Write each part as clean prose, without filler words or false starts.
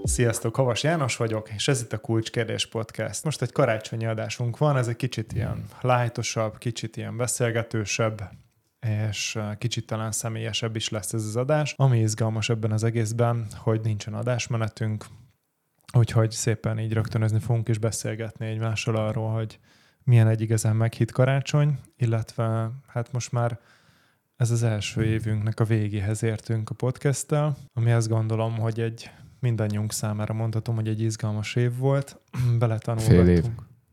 Sziasztok, Havas János vagyok, és ez itt a Kulcskérdés Podcast. Most egy karácsonyi adásunk van, ez egy kicsit ilyen lightosabb, kicsit ilyen beszélgetősebb, és kicsit talán személyesebb is lesz ez az adás. Ami izgalmas ebben az egészben, hogy nincsen adásmenetünk, úgyhogy szépen így rögtönözni fogunk és beszélgetni egymással arról, hogy milyen egy igazán meghitt karácsony, illetve hát most már ez az első évünknek a végéhez értünk a podcasttel, ami azt gondolom, hogy egy mindannyiunk számára mondhatom, hogy egy izgalmas év volt. Beletanulgattunk. Fél év.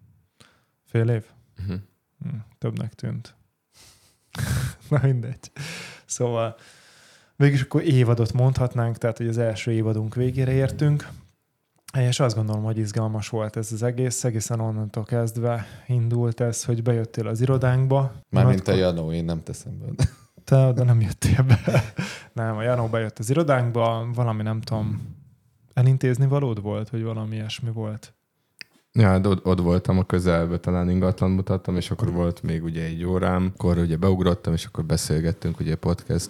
Fél év? Uh-huh. Többnek tűnt. Na mindegy. Szóval végülis akkor évadot mondhatnánk, tehát hogy az első évadunk végére értünk, és azt gondolom, hogy izgalmas volt ez az egész. Egészen onnantól kezdve indult ez, hogy bejöttél az irodánkba. Mármint a Janó, én nem teszem be. Te oda nem jöttél be. Nem, a Janó bejött az irodánkba, valami nem tudom, elintézni valód volt, vagy valami ilyesmi volt? Ja, ott voltam a közelben, talán ingatlan mutattam, és akkor volt még ugye egy órám, akkor ugye beugrottam, és akkor beszélgettünk ugye podcast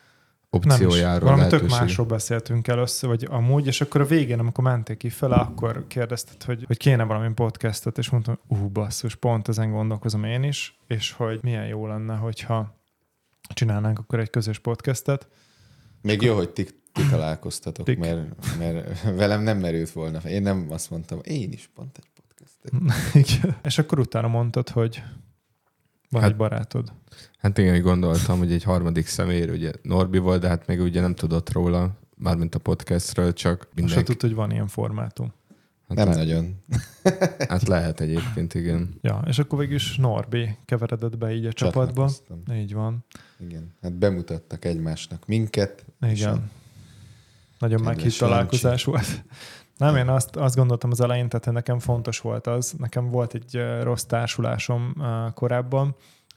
opciójáról. Valami tök másról beszéltünk először, vagy amúgy, és akkor a végén, amikor menték kifele, akkor kérdezted, hogy kéne valami podcastot, és mondtam, basszus, pont ezen gondolkozom én is, és hogy milyen jó lenne, hogyha csinálnánk akkor egy közös podcastet. Még jó, hogy ti találkoztatok, mert velem nem merült volna. Én nem azt mondtam, én is pont egy podcastet. És akkor utána mondtad, hogy van egy barátod. Hát igen, hogy gondoltam, hogy egy harmadik személyről, ugye Norbi volt, de hát még ugye nem tudott róla, mármint a podcastről, csak mindenki. Most tudod, hogy van ilyen formátum. Hát nem nagyon. Hát lehet egyébként, igen. Ja, és akkor végül is Norbi keveredett be így a csapatba. Így van. Igen, hát bemutattak egymásnak minket. Igen. Nagyon meghitt találkozás volt. Nem, én azt gondoltam az elején, tehát nekem fontos volt az. Nekem volt egy rossz társulásom korábban,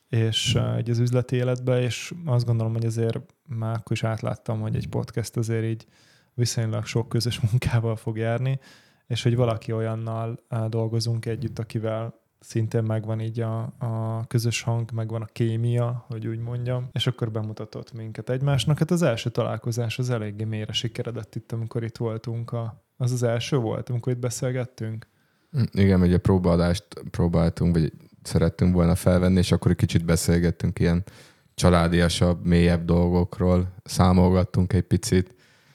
és egy az üzleti életben, és azt gondolom, hogy azért már akkor is átláttam, hogy egy podcast azért így viszonylag sok közös munkával fog járni, és hogy valaki olyannal dolgozunk együtt, akivel szintén megvan így a közös hang, megvan a kémia, hogy úgy mondjam, és akkor bemutatott minket egymásnak. Hát az első találkozás az eléggé mélyre sikeredett itt, amikor itt voltunk. Az első volt, amikor itt beszélgettünk? Igen, ugye próbaadást próbáltunk, vagy szerettünk volna felvenni, és akkor egy kicsit beszélgettünk ilyen családiasabb, mélyebb dolgokról, számolgattunk egy picit,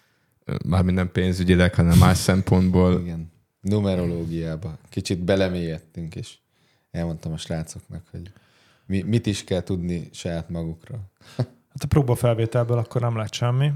mármint nem pénzügyileg, hanem más szempontból. Igen, numerológiába. Kicsit belemélyedtünk, és elmondtam a srácoknak, hogy mit is kell tudni saját magukról. Hát a próbafelvételből akkor nem lett semmi.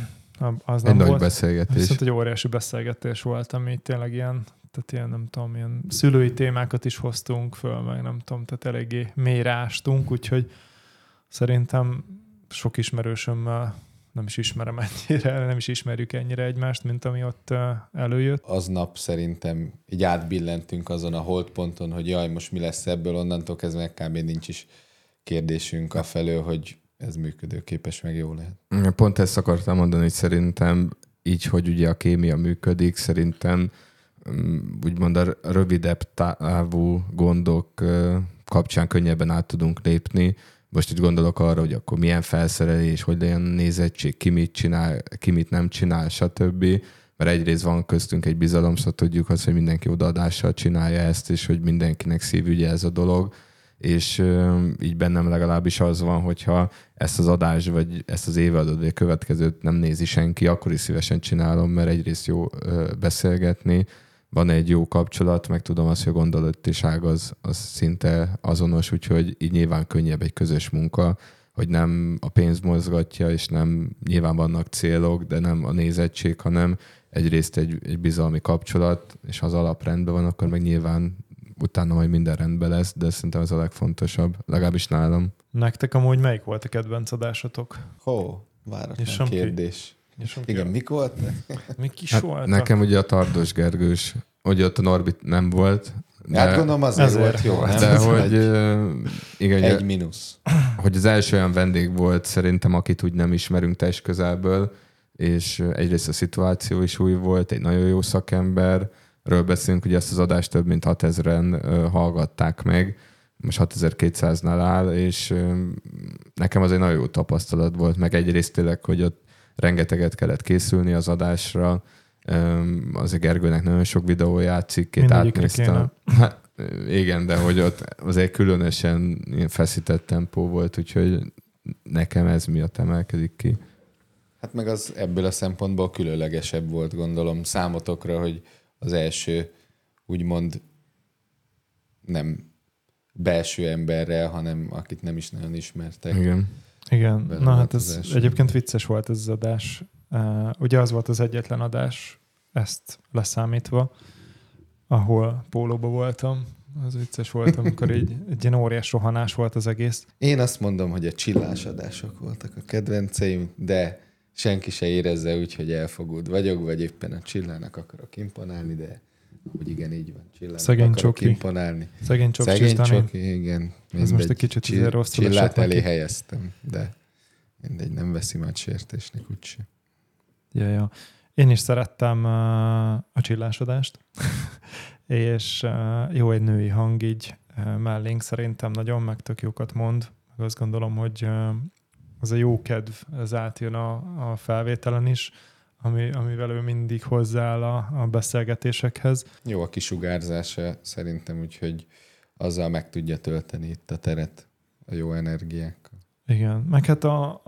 Az nem egy nagy beszélgetés. Viszont egy óriási beszélgetés volt, ami tényleg ilyen, tehát ilyen, nem tudom, ilyen szülői témákat is hoztunk föl, meg nem tudom, tehát eléggé mélyre ástunk, úgyhogy szerintem sok ismerősömmel nem is ismerem ennyire, nem is ismerjük ennyire egymást, mint ami ott előjött. Aznap szerintem így átbillentünk azon a holdponton, hogy jaj, most mi lesz ebből, onnantól kezdve kb. Nincs is kérdésünk afelől, hogy ez működőképes, meg jó lehet. Pont ezt akartam mondani, hogy szerintem így, hogy ugye a kémia működik, szerintem úgymond a rövidebb távú gondok kapcsán könnyebben át tudunk lépni. Most itt gondolok arra, hogy akkor milyen felszerelés, hogy legyen nézettség, ki mit csinál, ki mit nem csinál, stb. Mert egyrészt van köztünk egy bizalom, szóval tudjuk azt, hogy mindenki odaadással csinálja ezt, és hogy mindenkinek szívügye ez a dolog. És így bennem legalábbis az van, hogyha ezt az adást, vagy ezt az évadot, vagy a következőt nem nézi senki, akkor is szívesen csinálom, mert egyrészt jó beszélgetni, van egy jó kapcsolat, meg tudom azt, hogy a gondolatiság az szinte azonos, úgyhogy így nyilván könnyebb egy közös munka, hogy nem a pénz mozgatja, és nem nyilván vannak célok, de nem a nézettség, hanem egyrészt egy bizalmi kapcsolat, és ha az alap rendben van, akkor meg nyilván utána majd minden rendben lesz, de szerintem ez a legfontosabb, legalábbis nálam. Nektek amúgy melyik volt a kedvenc adásotok? Váratlan kérdés. Igen, mik volt? Mik is voltak? Nekem ugye a Tardos Gergős, ugye ott a Norbit nem volt. De hát gondolom azért volt jó. Nem? De hogy igen, egy mínusz. Hogy az első olyan vendég volt szerintem, akit úgy nem ismerünk testközelből, és egyrészt a szituáció is új volt, egy nagyon jó szakemberről beszélünk, ugye ezt az adást több mint 6000-en hallgatták meg, most 6200-nál áll, és nekem az egy nagyon jó tapasztalat volt, meg egyrészt tényleg, hogy ott rengeteget kellett készülni az adásra, azért Gergőnek nagyon sok videóját, cikkét átnéztem. Hát, igen, de hogy ott azért különösen ilyen feszített tempó volt, úgyhogy nekem ez miatt emelkedik ki. Hát meg az ebből a szempontból különlegesebb volt, gondolom, számotokra, hogy az első úgymond nem belső emberrel, hanem akit nem is nagyon ismertek. Igen. Na hát ez egyébként vicces volt ez az adás. Ugye az volt az egyetlen adás, ezt leszámítva, ahol pólóba voltam. Az vicces volt, amikor így egy ilyen óriás rohanás volt az egész. Én azt mondom, hogy a csillás adások voltak a kedvenceim, de senki se érezze úgy, hogy elfogult vagyok, vagy éppen a Csillának akarok imponálni, de úgy igen, így van. Csillának Szegény akarok csoki. imponálni. Szegény csoki, igen. Ez most egy kicsit rosszul esett Csillát elé neki. helyeztem, de mindegy, nem veszi már sértésnek úgyse. Ja. Én is szerettem a csillásodást, és jó egy női hang így mellénk szerintem nagyon, meg tök jókat mond. Meg azt gondolom, hogy az a jó kedv, ez átjön a felvételen is, amivel ő mindig hozzááll a beszélgetésekhez. Jó a kisugárzása szerintem, úgyhogy azzal meg tudja tölteni itt a teret a jó energiákkal. Igen, meg hát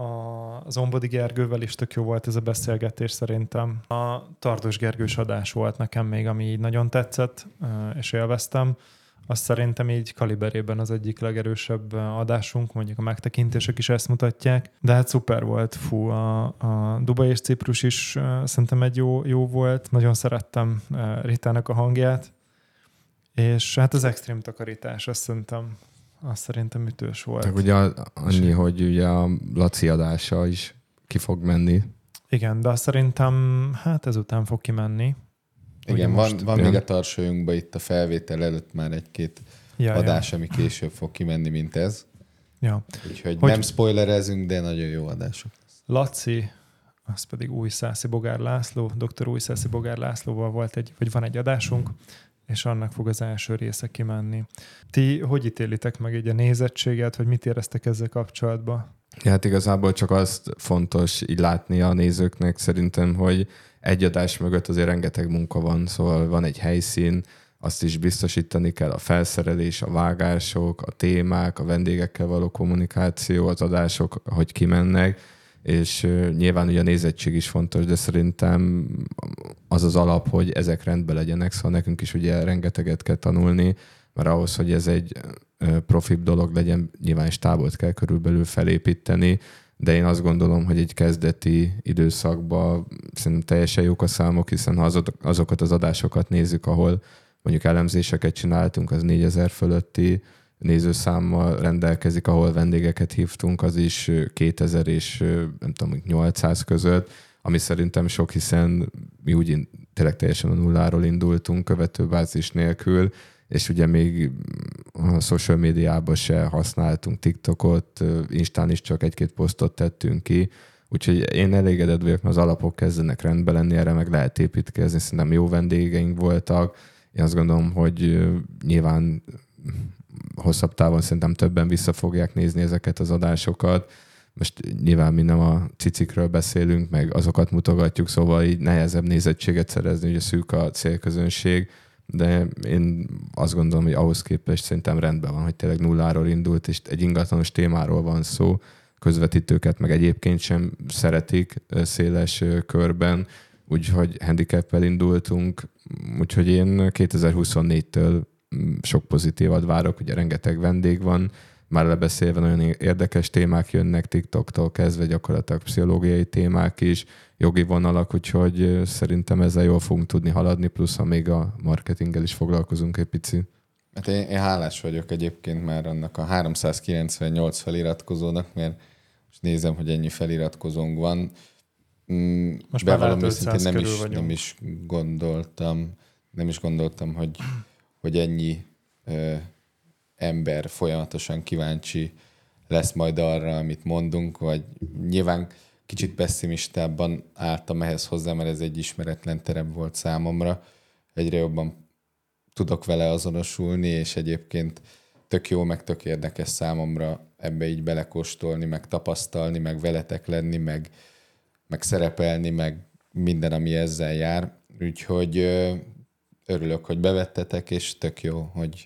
az Ombodi Gergővel is tök jó volt ez a beszélgetés szerintem. A Tardos Gergős adás volt nekem még, ami így nagyon tetszett, és élveztem. Azt szerintem így kaliberében az egyik legerősebb adásunk, mondjuk a megtekintések is ezt mutatják. De hát szuper volt, a Dubaj és Ciprus is szerintem egy jó volt. Nagyon szerettem Ritának a hangját. És hát az extrém takarítás, azt szerintem ütős volt. Tehát ugye annyi, hogy ugye a Laci adása is ki fog menni. Igen, de azt szerintem hát ezután fog kimenni. Igen, van még a tarsolyunkban itt a felvétel előtt már egy-két adás, ami később fog kimenni, mint ez. Ja. Úgyhogy nem spoilerezünk, de nagyon jó adások. Laci, az pedig Újszászi Bogár László, dr. Újszászi Bogár Lászlóval van egy adásunk, és annak fog az első része kimenni. Ti hogy ítélitek meg így a nézettséget, vagy mit éreztek ezzel kapcsolatban? Ja, hát igazából csak azt fontos így látni a nézőknek szerintem, hogy egy adás mögött azért rengeteg munka van, szóval van egy helyszín, azt is biztosítani kell, a felszerelés, a vágások, a témák, a vendégekkel való kommunikáció, az adások, hogy kimennek, és nyilván ugye a nézettség is fontos, de szerintem az az alap, hogy ezek rendben legyenek, szóval nekünk is ugye rengeteget kell tanulni, mert ahhoz, hogy ez egy profibb dolog legyen, nyilván stábot kell körülbelül felépíteni, de én azt gondolom, hogy egy kezdeti időszakban szerintem teljesen jók a számok, hiszen ha azokat az adásokat nézzük, ahol mondjuk elemzéseket csináltunk, az 4000 fölötti nézőszámmal rendelkezik, ahol vendégeket hívtunk, az is 2000 és nem tudom, 800 között, ami szerintem sok, hiszen mi úgy tényleg teljesen a nulláról indultunk, követőbázis nélkül, és ugye még a social médiában se használtunk TikTokot, Instán is csak egy-két posztot tettünk ki, úgyhogy én elégedett vagyok, mert az alapok kezdenek rendben lenni, erre meg lehet építkezni, szerintem jó vendégeink voltak. Én azt gondolom, hogy nyilván hosszabb távon szerintem többen vissza fogják nézni ezeket az adásokat. Most nyilván mi nem a cicikről beszélünk, meg azokat mutogatjuk, szóval így nehezebb nézettséget szerezni, ugye szűk a célközönség, de én azt gondolom, hogy ahhoz képest szerintem rendben van, hogy tényleg nulláról indult, és egy ingatlanos témáról van szó, közvetítőket meg egyébként sem szeretik széles körben, úgyhogy handicappel indultunk, úgyhogy én 2024-től sok pozitívat várok, ugye rengeteg vendég van, már lebeszélve nagyon érdekes témák jönnek TikToktól kezdve, gyakorlatilag pszichológiai témák is, jogi vonalak, úgyhogy szerintem ezzel jól fogunk tudni haladni, plusz ha még a marketinggel is foglalkozunk egy picit. Hát én hálás vagyok egyébként már annak a 398 feliratkozónak, mert most nézem, hogy ennyi feliratkozónk van. Most bevallom őszintén nem is gondoltam, hogy ennyi ember folyamatosan kíváncsi lesz majd arra, amit mondunk, vagy nyilván kicsit pesszimistábban álltam ehhez hozzá, mert ez egy ismeretlen terep volt számomra. Egyre jobban tudok vele azonosulni, és egyébként tök jó, meg tök érdekes számomra ebbe így belekóstolni, meg tapasztalni, meg veletek lenni, meg szerepelni, meg minden, ami ezzel jár. Úgyhogy örülök, hogy bevettetek, és tök jó,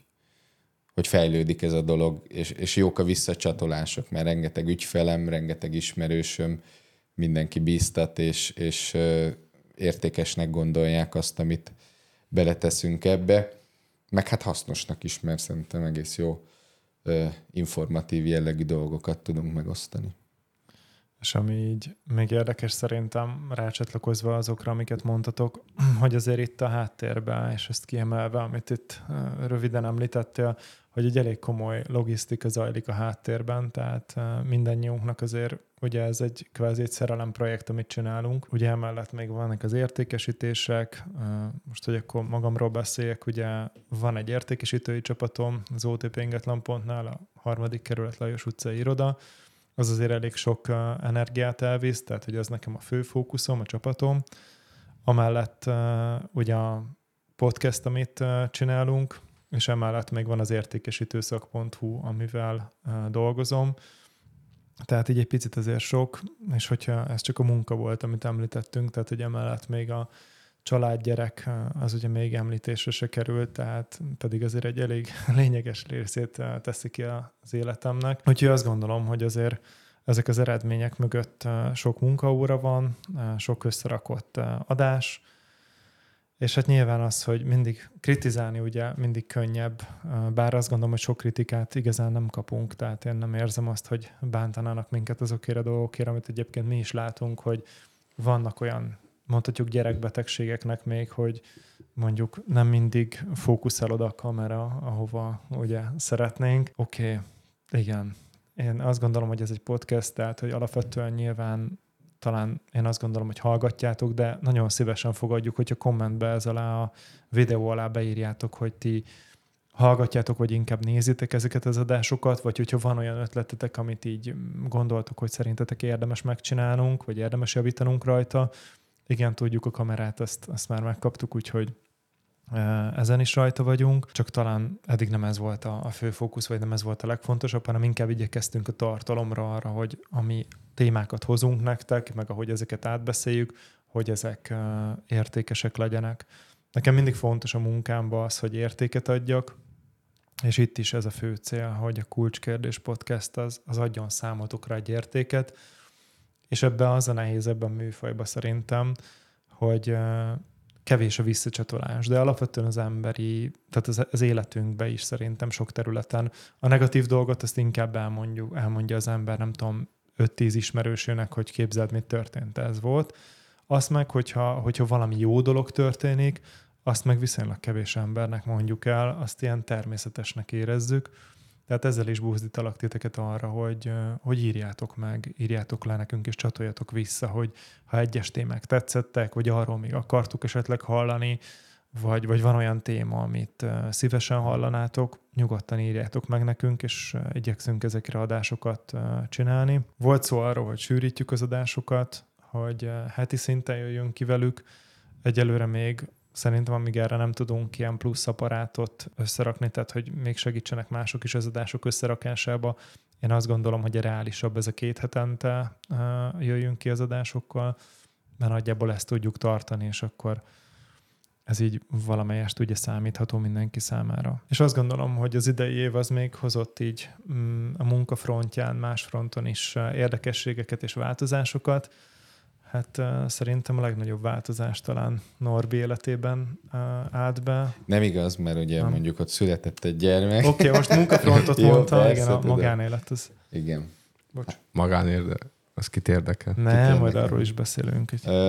hogy fejlődik ez a dolog, és jók a visszacsatolások, mert rengeteg ügyfelem, rengeteg ismerősöm, mindenki bíztat, és értékesnek gondolják azt, amit beleteszünk ebbe, meg hát hasznosnak is, mert szerintem egész jó informatív jellegű dolgokat tudunk megosztani. És ami így még érdekes szerintem, rácsatlakozva azokra, amiket mondtatok, hogy azért itt a háttérben, és ezt kiemelve, amit itt röviden említettél, hogy egy elég komoly logisztika zajlik a háttérben, tehát mindannyiunknak azért ugye ez egy kvázi egy szerelemprojekt, amit csinálunk. Ugye emellett még vannak az értékesítések, most, hogy akkor magamról beszéljek, ugye van egy értékesítői csapatom az OTP Ingatlan.nál, a 3. kerület Lajos utcai iroda, az azért elég sok energiát elvisz, tehát hogy ez nekem a fő fókuszom, a csapatom. Amellett ugye a podcast, amit csinálunk, és emellett még van az értékesítőszak.hu, amivel dolgozom. Tehát így egy picit azért sok, és hogyha ez csak a munka volt, amit említettünk, tehát hogy emellett még a családgyerek, az ugye még említésre se került, tehát pedig azért egy elég lényeges részét teszi ki az életemnek. Úgyhogy azt gondolom, hogy azért ezek az eredmények mögött sok munkaóra van, sok összerakott adás, és hát nyilván az, hogy mindig kritizálni ugye mindig könnyebb, bár azt gondolom, hogy sok kritikát igazán nem kapunk, tehát én nem érzem azt, hogy bántanának minket azokért a dolgokért, amit egyébként mi is látunk, hogy vannak olyan, mondhatjuk gyerekbetegségeknek még, hogy mondjuk nem mindig fókuszál oda a kamera, ahova ugye szeretnénk. Oké, igen. Én azt gondolom, hogy ez egy podcast, tehát hogy alapvetően nyilván talán én azt gondolom, hogy hallgatjátok, de nagyon szívesen fogadjuk, hogyha kommentbe ez alá a videó alá beírjátok, hogy ti hallgatjátok, vagy inkább nézitek ezeket az adásokat, vagy hogyha van olyan ötletetek, amit így gondoltok, hogy szerintetek érdemes megcsinálnunk, vagy érdemes javítanunk rajta. Igen, tudjuk, a kamerát, azt már megkaptuk, úgyhogy ezen is rajta vagyunk, csak talán eddig nem ez volt a fő fókusz, vagy nem ez volt a legfontosabb, hanem inkább igyekeztünk a tartalomra arra, hogy ami témákat hozunk nektek, meg ahogy ezeket átbeszéljük, hogy ezek értékesek legyenek. Nekem mindig fontos a munkámban az, hogy értéket adjak, és itt is ez a fő cél, hogy a Kulcskérdés Podcast az adjon számotokra egy értéket, és ebben az a nehéz ebben a műfajban szerintem, hogy kevés a visszacsatolás, de alapvetően az emberi, tehát az életünkben is szerintem sok területen a negatív dolgot azt inkább elmondja az ember, nem tudom, 5-10 ismerősőnek, hogy képzeld, mit történt, ez volt. Azt meg, hogyha valami jó dolog történik, azt meg viszonylag kevés embernek mondjuk el, azt ilyen természetesnek érezzük. Tehát ezzel is buzdítalak titeket arra, hogy írjátok meg, írjátok le nekünk, és csatoljatok vissza, hogy ha egyes témák tetszettek, vagy arról még akartuk esetleg hallani, vagy van olyan téma, amit szívesen hallanátok, nyugodtan írjátok meg nekünk, és igyekszünk ezekre adásokat csinálni. Volt szó arról, hogy sűrítjük az adásokat, hogy heti szinten jöjjünk ki velük. Egyelőre még szerintem, amíg erre nem tudunk ilyen plusz apparátot összerakni, tehát hogy még segítsenek mások is az adások összerakásába. Én azt gondolom, hogy a reálisabb ez a 2 hetente jöjjünk ki az adásokkal, mert nagyjából ezt tudjuk tartani, és akkor ez így valamelyest ugye számítható mindenki számára. És azt gondolom, hogy az idei év az még hozott így a munkafrontján, más fronton is érdekességeket és változásokat. Hát szerintem a legnagyobb változás talán Norbi életében állt be. Nem igaz, mert ugye mondjuk ott született egy gyermek. Oké, most munkafrontot mondtam, persze, igen, a magánélet az. Igen. Bocs. Magánélet, az kit érdekel? Nem, majd arról is beszélünk.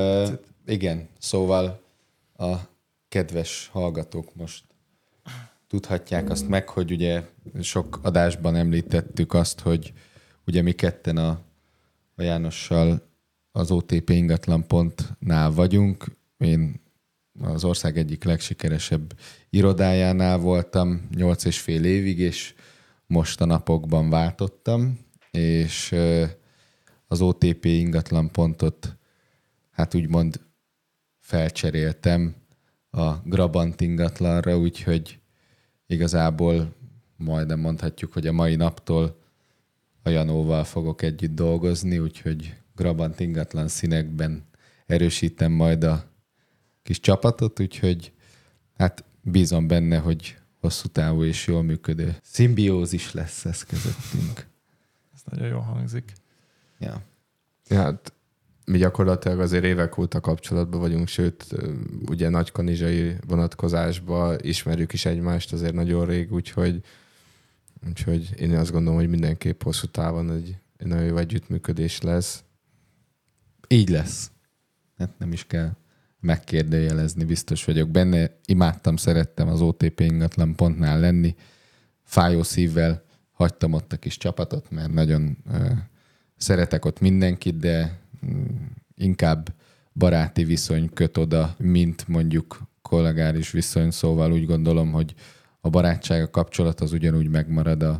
Igen, szóval a kedves hallgatók most tudhatják azt meg, hogy ugye sok adásban említettük azt, hogy ugye mi ketten a Jánossal az OTP Ingatlan.nál vagyunk. Én az ország egyik legsikeresebb irodájánál voltam 8,5 évig, és most a napokban váltottam, és az OTP Ingatlan.ot hát úgymond felcseréltem a Grabant ingatlanra, úgyhogy igazából majdnem mondhatjuk, hogy a mai naptól a Janóval fogok együtt dolgozni, úgyhogy Grabant ingatlan színekben erősítem majd a kis csapatot, úgyhogy hát bízom benne, hogy hosszú távú és jól működő szimbiózis lesz ez közöttünk. Ez nagyon jól hangzik. Ja. Ja, hát mi gyakorlatilag azért évek óta kapcsolatban vagyunk, sőt, ugye nagykanizsai vonatkozásban ismerjük is egymást azért nagyon rég, úgyhogy én azt gondolom, hogy mindenképp hosszú távon egy nagyon jó együttműködés lesz. Így lesz. Hát nem is kell megkérdőjelezni, biztos vagyok benne. Imádtam, szerettem az OTP ingatlan pontnál lenni. Fájó szívvel hagytam ott a kis csapatot, mert nagyon szeretek ott mindenkit, de inkább baráti viszony köt oda, mint mondjuk kollégáris viszony, szóval úgy gondolom, hogy a barátság, a kapcsolat az ugyanúgy megmarad a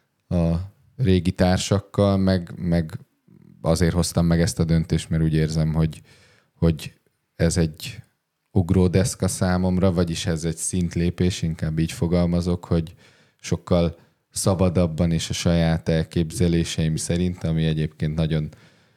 régi társakkal, meg azért hoztam meg ezt a döntést, mert úgy érzem, hogy ez egy ugródeszka számomra, vagyis ez egy szintlépés, inkább így fogalmazok, hogy sokkal szabadabban és a saját elképzeléseim szerint, ami egyébként nagyon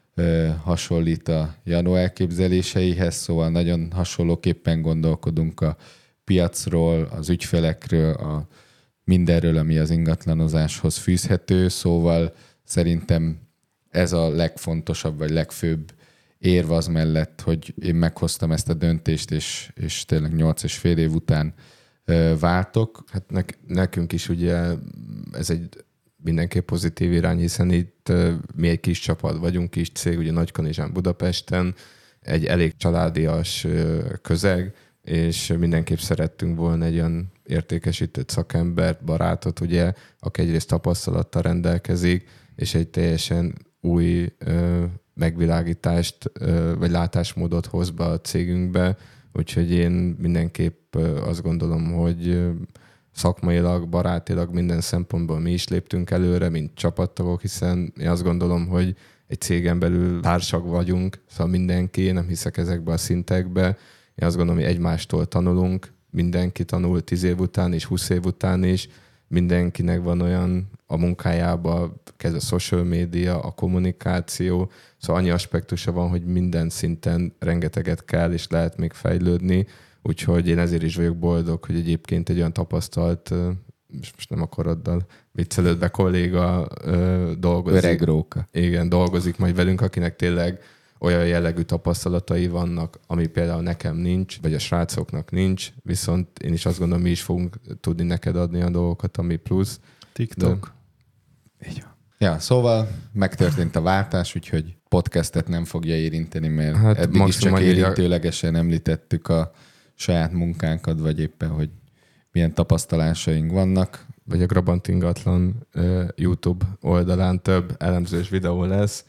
hasonlít a Janó elképzeléseihez, szóval nagyon hasonlóképpen gondolkodunk a piacról, az ügyfelekről, a mindenről, ami az ingatlanozáshoz fűzhető, szóval szerintem ez a legfontosabb, vagy legfőbb érv az mellett, hogy én meghoztam ezt a döntést, és tényleg 8,5 év után váltok. Hát nekünk is ugye ez egy mindenképp pozitív irány, hiszen itt mi egy kis csapat vagyunk, kis cég, ugye Nagykanizsán Budapesten, egy elég családias közeg, és mindenképp szerettünk volna egy olyan értékesített szakembert, barátot, ugye, aki egyrészt tapasztalattal rendelkezik, és egy teljesen új megvilágítást, vagy látásmódot hoz be a cégünkbe, úgyhogy én mindenképp azt gondolom, hogy szakmailag, barátilag minden szempontból mi is léptünk előre, mint csapattagok, hiszen én azt gondolom, hogy egy cégen belül társak vagyunk, szóval mindenki, nem hiszek ezekbe a szintekbe. Én azt gondolom, hogy egymástól tanulunk, mindenki tanul 10 év után és 20 év után is, mindenkinek van olyan a munkájában, kezdve a social media, a kommunikáció, szóval annyi aspektusa van, hogy minden szinten rengeteget kell és lehet még fejlődni, úgyhogy én ezért is vagyok boldog, hogy egyébként egy olyan tapasztalt, most nem akaroddal viccelődve kolléga dolgozik. Öreg róka. Igen, dolgozik majd velünk, akinek tényleg olyan jellegű tapasztalatai vannak, ami például nekem nincs, vagy a srácoknak nincs, viszont én is azt gondolom, mi is fogunk tudni neked adni a dolgokat, ami plusz. TikTok. Így van. Ja, szóval megtörtént a váltás, úgyhogy podcastet nem fogja érinteni, mert hát eddig is csak érintőlegesen említettük a saját munkánkat, vagy éppen, hogy milyen tapasztalásaink vannak. Vagy a Grabant ingatlan YouTube oldalán több elemzős videó lesz.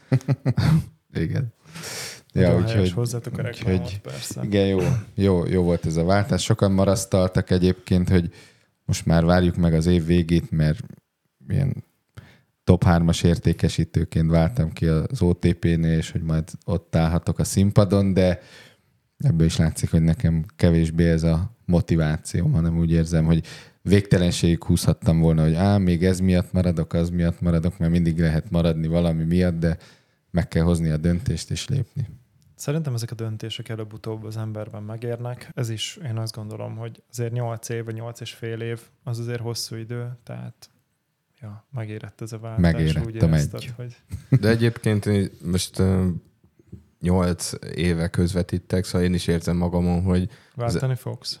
Igen. Ja, úgyhogy hozzátok a reklámot, persze. Igen, jó volt ez a váltás. Sokan marasztaltak egyébként, hogy most már várjuk meg az év végét, mert ilyen top 3-as értékesítőként váltam ki az OTP-nél, és hogy majd ott állhatok a színpadon, de ebből is látszik, hogy nekem kevésbé ez a motiváció, hanem úgy érzem, hogy végtelenségig húzhattam volna, hogy még ez miatt maradok, az miatt maradok, mert mindig lehet maradni valami miatt, de meg kell hozni a döntést és lépni. Szerintem ezek a döntések előbb-utóbb az emberben megérnek. Ez is, én azt gondolom, hogy azért 8 év, vagy 8,5 év, az azért hosszú idő, tehát ja, megérett ez a váltás. Megérett a megy. Hogy... De egyébként most 8 éve közvetítek, szóval én is érzem magamon, hogy... Váltani fogsz?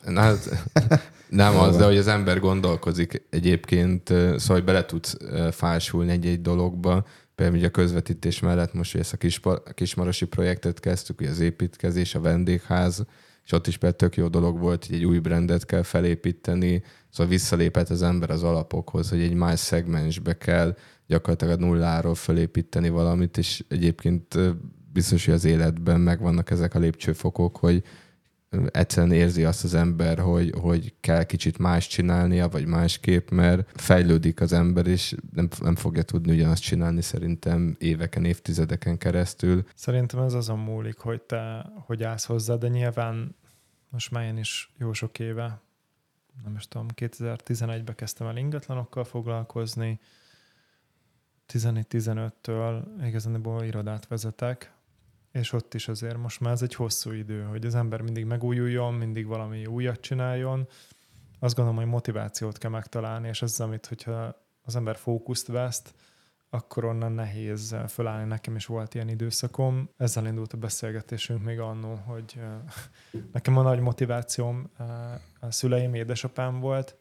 Nem az, de hogy az ember gondolkozik egyébként, szóval hogy bele tudsz fásulni egy-egy dologba. Például ugye a közvetítés mellett most ezt a kismarosi projektet kezdtük, ugye az építkezés, a vendégház, és ott is például tök jó dolog volt, hogy egy új brandet kell felépíteni, szóval visszalépett az ember az alapokhoz, hogy egy más szegmensbe kell gyakorlatilag a nulláról felépíteni valamit, és egyébként biztos, hogy az életben megvannak ezek a lépcsőfokok, hogy egyszerűen érzi azt az ember, hogy kell kicsit más csinálnia, vagy másképp, mert fejlődik az ember, és nem fogja tudni ugyanazt csinálni szerintem éveken, évtizedeken keresztül. Szerintem ez azon múlik, hogy te hogy állsz hozzá, de nyilván most már én is jó sok éve, nem is tudom, 2011-ben kezdtem el ingatlanokkal foglalkozni, 14-15-től igazából irodát vezetek, és ott is azért most már ez egy hosszú idő, hogy az ember mindig megújuljon, mindig valami újat csináljon. Azt gondolom, hogy motivációt kell megtalálni, és ez amit, hogyha az ember fókuszt veszt, akkor onnan nehéz fölállni. Nekem is volt ilyen időszakom. Ezzel indult a beszélgetésünk még annó, hogy nekem a nagy motivációm a szüleim, édesapám volt,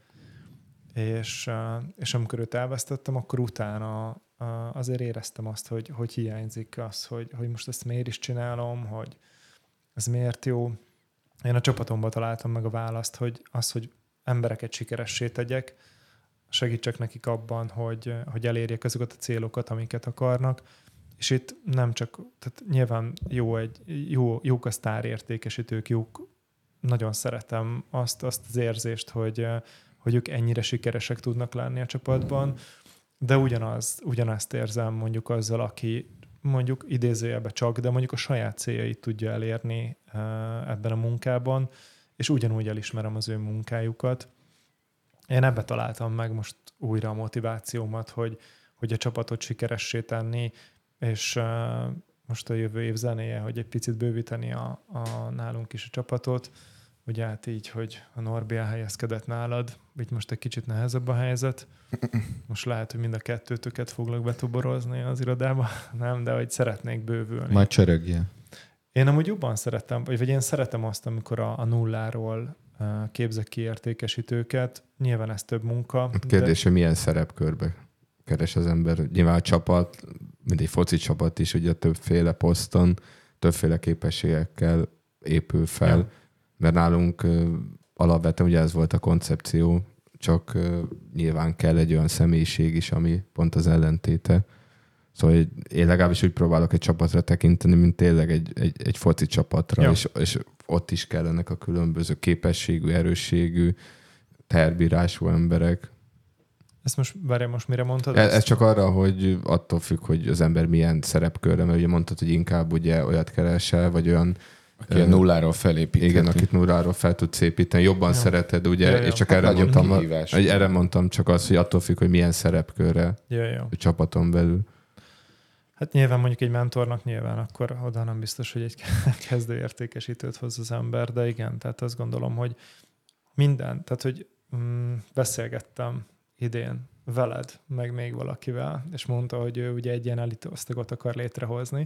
és amikor őt elvesztettem, akkor utána azért éreztem azt, hogy hiányzik az, hogy most ezt miért is csinálom, hogy ez miért jó. Én a csapatomban találtam meg a választ, hogy embereket sikeressé tegyek, segítsek nekik abban, hogy elérjek azokat a célokat, amiket akarnak. És itt nem csak, tehát nyilván jók a sztárértékesítők, jók, nagyon szeretem azt az érzést, hogy ők ennyire sikeresek tudnak lenni a csapatban, de ugyanazt érzem mondjuk azzal, aki mondjuk idézőjelben csak, de mondjuk a saját céljait tudja elérni ebben a munkában, és ugyanúgy elismerem az ő munkájukat. Én ebbe találtam meg most újra a motivációmat, hogy a csapatot sikeressé tenni, és most a jövő év zenéje, hogy egy picit bővíteni a nálunk is a csapatot. Ugye hát így, hogy a Norbi elhelyezkedett nálad, így most egy kicsit nehezebb a helyzet. Most lehet, hogy mind a kettőtöket foglak betoborozni az irodába, nem, de hogy szeretnék bővülni. Majd csörögjél. Én amúgy jobban szeretem, vagy én szeretem azt, amikor a nulláról képzek ki értékesítőket. Nyilván ez több munka. Kérdés, hogy milyen szerepkörbe keres az ember. Nyilván a csapat, mint egy foci csapat is, ugye többféle poszton, többféle képességekkel épül fel. Ja. Mert nálunk alapvetően ugye ez volt a koncepció, csak nyilván kell egy olyan személyiség is, ami pont az ellentéte. Szóval én legalábbis úgy próbálok egy csapatra tekinteni, mint tényleg egy foci csapatra, és ott is kellenek a különböző képességű, erősségű, teherbírású emberek. Ezt most mire mondtad? Ez csak arra, hogy attól függ, hogy az ember milyen szerepkörre, mert ugye mondtad, hogy inkább ugye olyat keresel, vagy olyan aki a nulláról felépíthet. Igen, akit nulláról fel tudsz építeni. Jobban szereted, ugye? És csak erre mondtam csak azt, hogy attól függ, hogy milyen szerepkörre a csapaton belül. Hát nyilván mondjuk egy mentornak nyilván akkor oda nem biztos, hogy egy kezdő értékesítőt hoz az ember, de igen, tehát azt gondolom, hogy minden, tehát hogy beszélgettem idén veled, meg még valakivel, és mondta, hogy ő ugye egy ilyen elitosztagot akar létrehozni,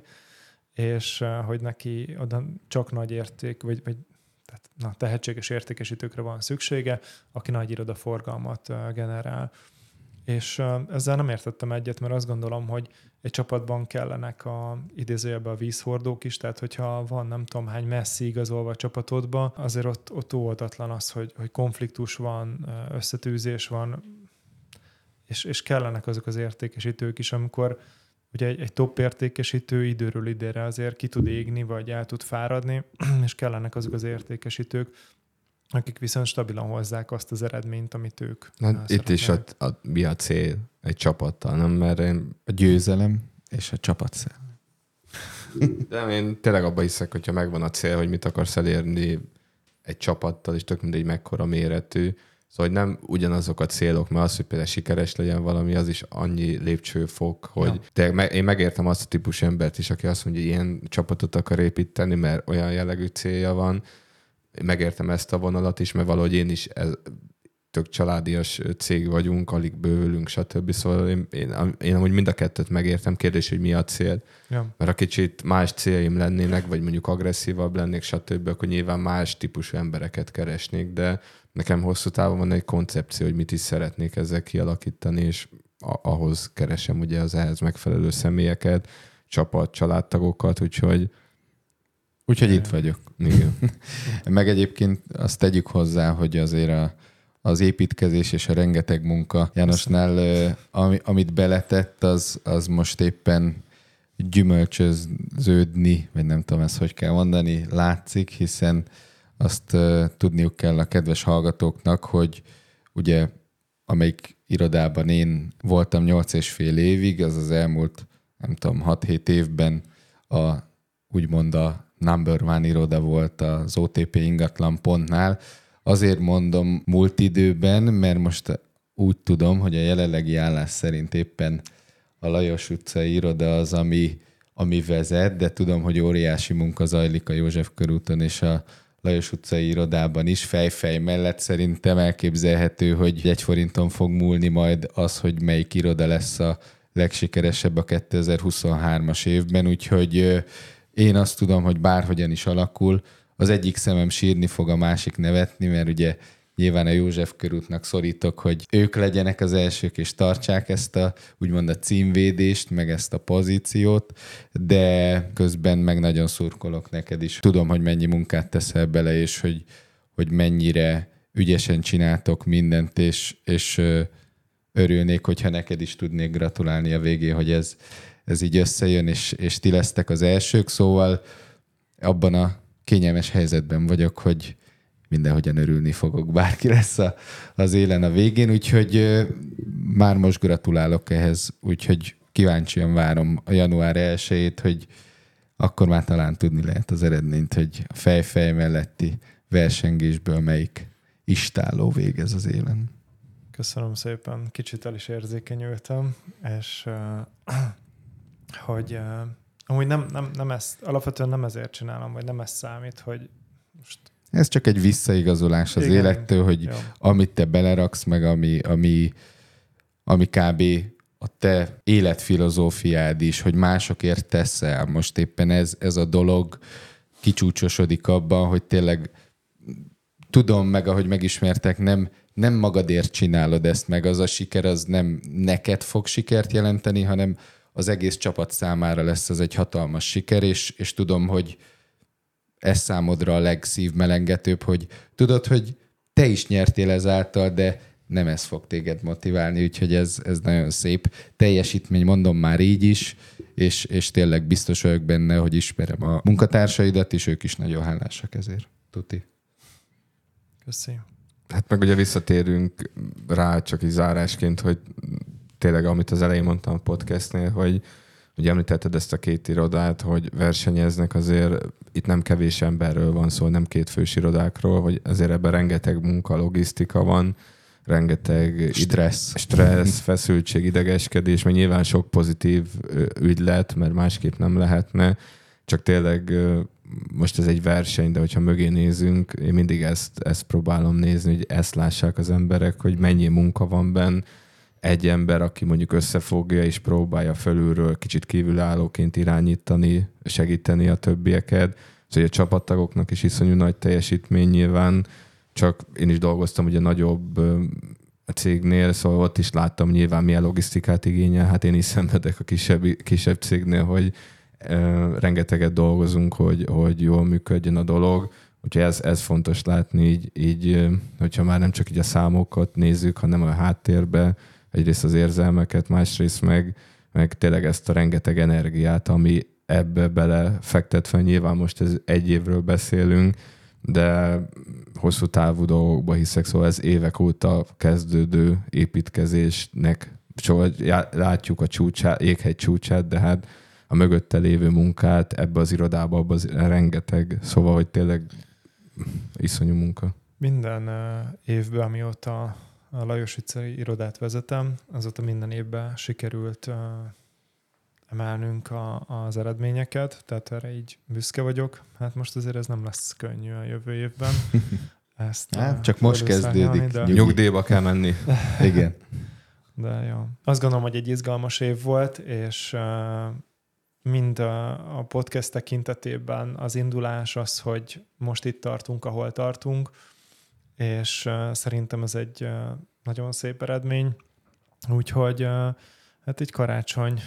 és hogy neki oda csak nagy érték, vagy tehát, tehetséges értékesítőkre van szüksége, aki nagy irodaforgalmat generál. És ezzel nem értettem egyet, mert azt gondolom, hogy egy csapatban kellenek idézőjelben a vízhordók is, tehát hogyha van nem tudom hány messzi igazolva a csapatodba, azért ott óvatatlan az, hogy konfliktus van, összetűzés van, és kellenek azok az értékesítők is, amikor ugye egy top értékesítő időről időre azért ki tud égni, vagy el tud fáradni, és kellenek azok az értékesítők, akik viszont stabilan hozzák azt az eredményt, amit ők itt is mi a cél egy csapattal, nem? Mert a győzelem és a csapatszel. De én tényleg abban hiszek, hogyha megvan a cél, hogy mit akarsz elérni egy csapattal, és tök mindegy mekkora méretű, szóval nem ugyanazok a célok, mert az, hogy például sikeres legyen valami, az is annyi lépcsőfok, hogy én megértem azt a típus embert is, aki azt mondja, hogy ilyen csapatot akar építeni, mert olyan jellegű célja van. Megértem ezt a vonalat is, mert valahogy én is tök családias cég vagyunk, alig bővülünk, stb. Szóval én amúgy mind a kettőt megértem. Kérdés, hogy mi a cél. Ja. Mert ha kicsit más céljaim lennének, vagy mondjuk agresszívabb lennék, stb., akkor nyilván más típusú embereket keresnék, de nekem hosszú távon van egy koncepció, hogy mit is szeretnék ezzel kialakítani, és ahhoz keresem ugye az ehhez megfelelő személyeket, csapat, családtagokat, úgyhogy itt vagyok. Igen. Meg egyébként azt tegyük hozzá, hogy azért az építkezés és a rengeteg munka Jánosnál, amit beletett, az most éppen gyümölcsöződni, vagy nem tudom ezt hogy kell mondani, látszik, hiszen azt tudniuk kell a kedves hallgatóknak, hogy ugye amelyik irodában én voltam 8,5 évig, az elmúlt, nem tudom, 6-7 évben úgymond a number one iroda volt az OTP ingatlan.nál. Azért mondom múlt időben, mert most úgy tudom, hogy a jelenlegi állás szerint éppen a Lajos utcai iroda az, ami ami vezet, de tudom, hogy óriási munka zajlik a József körúton és a Lajos utcai irodában is. Fejfej mellett szerintem elképzelhető, hogy 1 forinton fog múlni majd az, hogy melyik iroda lesz a legsikeresebb a 2023-as évben, úgyhogy én azt tudom, hogy bárhogyan is alakul, az egyik szemem sírni fog, a másik nevetni, mert ugye nyilván a József körútnak szorítok, hogy ők legyenek az elsők, és tartsák ezt a, úgymond a címvédést, meg ezt a pozíciót, de közben meg nagyon szurkolok neked is. Tudom, hogy mennyi munkát teszel bele, és hogy mennyire ügyesen csináltok mindent, és örülnék, hogyha neked is tudnék gratulálni a végén, hogy ez így összejön, és ti lesztek az elsők, szóval abban a kényelmes helyzetben vagyok, hogy mindenhogyan örülni fogok, bárki lesz az élen a végén, úgyhogy már most gratulálok ehhez, úgyhogy kíváncsian várom a január 1-ét, hogy akkor már talán tudni lehet az eredményt, hogy a fej melletti versengésből melyik istálló végez az élen. Köszönöm szépen, kicsit el is érzékenyültem, és hogy amúgy nem ezt, alapvetően nem ezért csinálom, vagy nem ez számít, hogy most... Ez csak egy visszaigazolás az élettől, hogy jó. Amit te beleraksz, meg ami kb. A te életfilozófiád is, hogy másokért teszel. Most éppen ez a dolog kicsúcsosodik abban, hogy tényleg tudom meg, ahogy megismertek, nem magadért csinálod ezt, meg az a siker az nem neked fog sikert jelenteni, hanem az egész csapat számára lesz ez egy hatalmas siker, és tudom, hogy ez számodra a legszívmelengetőbb, hogy tudod, hogy te is nyertél ezáltal, de nem ez fog téged motiválni, úgyhogy ez nagyon szép teljesítmény, mondom már így is, és tényleg biztos vagyok benne, hogy ismerem a munkatársaidat, és ők is nagyon hálásak ezért. Tuti. Köszönöm. Hát meg ugye visszatérünk rá csak így zárásként, hogy tényleg, amit az elején mondtam a podcastnél, hogy ugye említetted ezt a 2 irodát, hogy versenyeznek, azért itt nem kevés emberről van szó, nem 2 fős irodákról, hogy azért ebben rengeteg munka, logisztika van, rengeteg stressz, feszültség, idegeskedés, meg nyilván sok pozitív ügylet, mert másképp nem lehetne, csak tényleg most ez egy verseny, de hogyha mögé nézünk, én mindig ezt próbálom nézni, hogy ezt lássák az emberek, hogy mennyi munka van benne, egy ember, aki mondjuk összefogja és próbálja felülről kicsit kívülállóként irányítani, segíteni a többieket. Szóval a csapattagoknak is iszonyú nagy teljesítmény nyilván, csak én is dolgoztam ugye nagyobb cégnél, szóval ott is láttam nyilván milyen logisztikát igényel. Hát én is szenvedek a kisebb cégnél, hogy rengeteget dolgozunk, hogy jól működjön a dolog. Úgyhogy ez fontos látni így, hogyha már nem csak így a számokat nézzük, hanem a háttérbe, egyrészt az érzelmeket, másrészt meg tényleg ezt a rengeteg energiát, ami ebbe bele fektet fel. Nyilván most ez 1 évről beszélünk, de hosszú távú dolgokba hiszek, szóval ez évek óta kezdődő építkezésnek, szóval látjuk a csúcsát, jéghegy csúcsát, de hát a mögötte lévő munkát ebbe az irodába, abba rengeteg, szóval, hogy tényleg iszonyú munka. Minden évben, amióta a Lajos utcai irodát vezetem, azóta minden évben sikerült emelnünk az eredményeket, tehát erre így büszke vagyok. Hát most azért ez nem lesz könnyű a jövő évben. Csak most kezdődik. De... Nyugdíjba kell menni. Igen. De jó. Azt gondolom, hogy egy izgalmas év volt, és mind a podcast tekintetében az indulás az, hogy most itt tartunk, ahol tartunk, és szerintem ez egy nagyon szép eredmény. Úgyhogy hát egy karácsony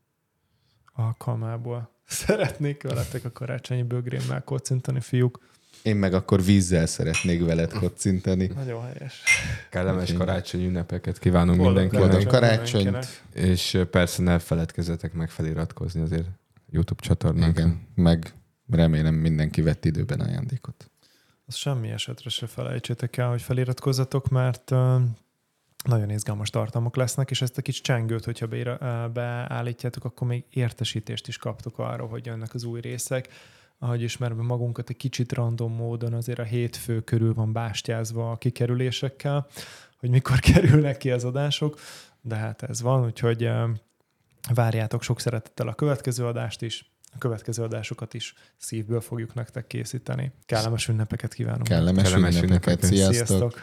alkalmából szeretnék veletek a karácsonyi bögrémmel kocintani, fiúk. Én meg akkor vízzel szeretnék veled kocintani. Nagyon helyes. Kellemes karácsonyi ünnepeket kívánunk mindenkinek. Boldog karácsonyt. És persze ne feledkezzetek meg feliratkozni azért YouTube csatornánkon. Igen, meg remélem mindenki vett időben ajándékot. Azt semmi esetre se felejtsétek el, hogy feliratkozzatok, mert nagyon izgalmas tartalmak lesznek, és ezt a kis csengőt, hogyha beállítjátok, akkor még értesítést is kaptok arról, hogy jönnek az új részek. Ahogy ismerve magunkat, egy kicsit random módon azért a hétfő körül van bástyázva a kikerülésekkel, hogy mikor kerülnek ki az adások, de hát ez van, úgyhogy Várjátok sok szeretettel a következő adást is, a következő adásokat is szívből fogjuk nektek készíteni. Kellemes ünnepeket kívánunk. Kellemes ünnepeket. Sziasztok!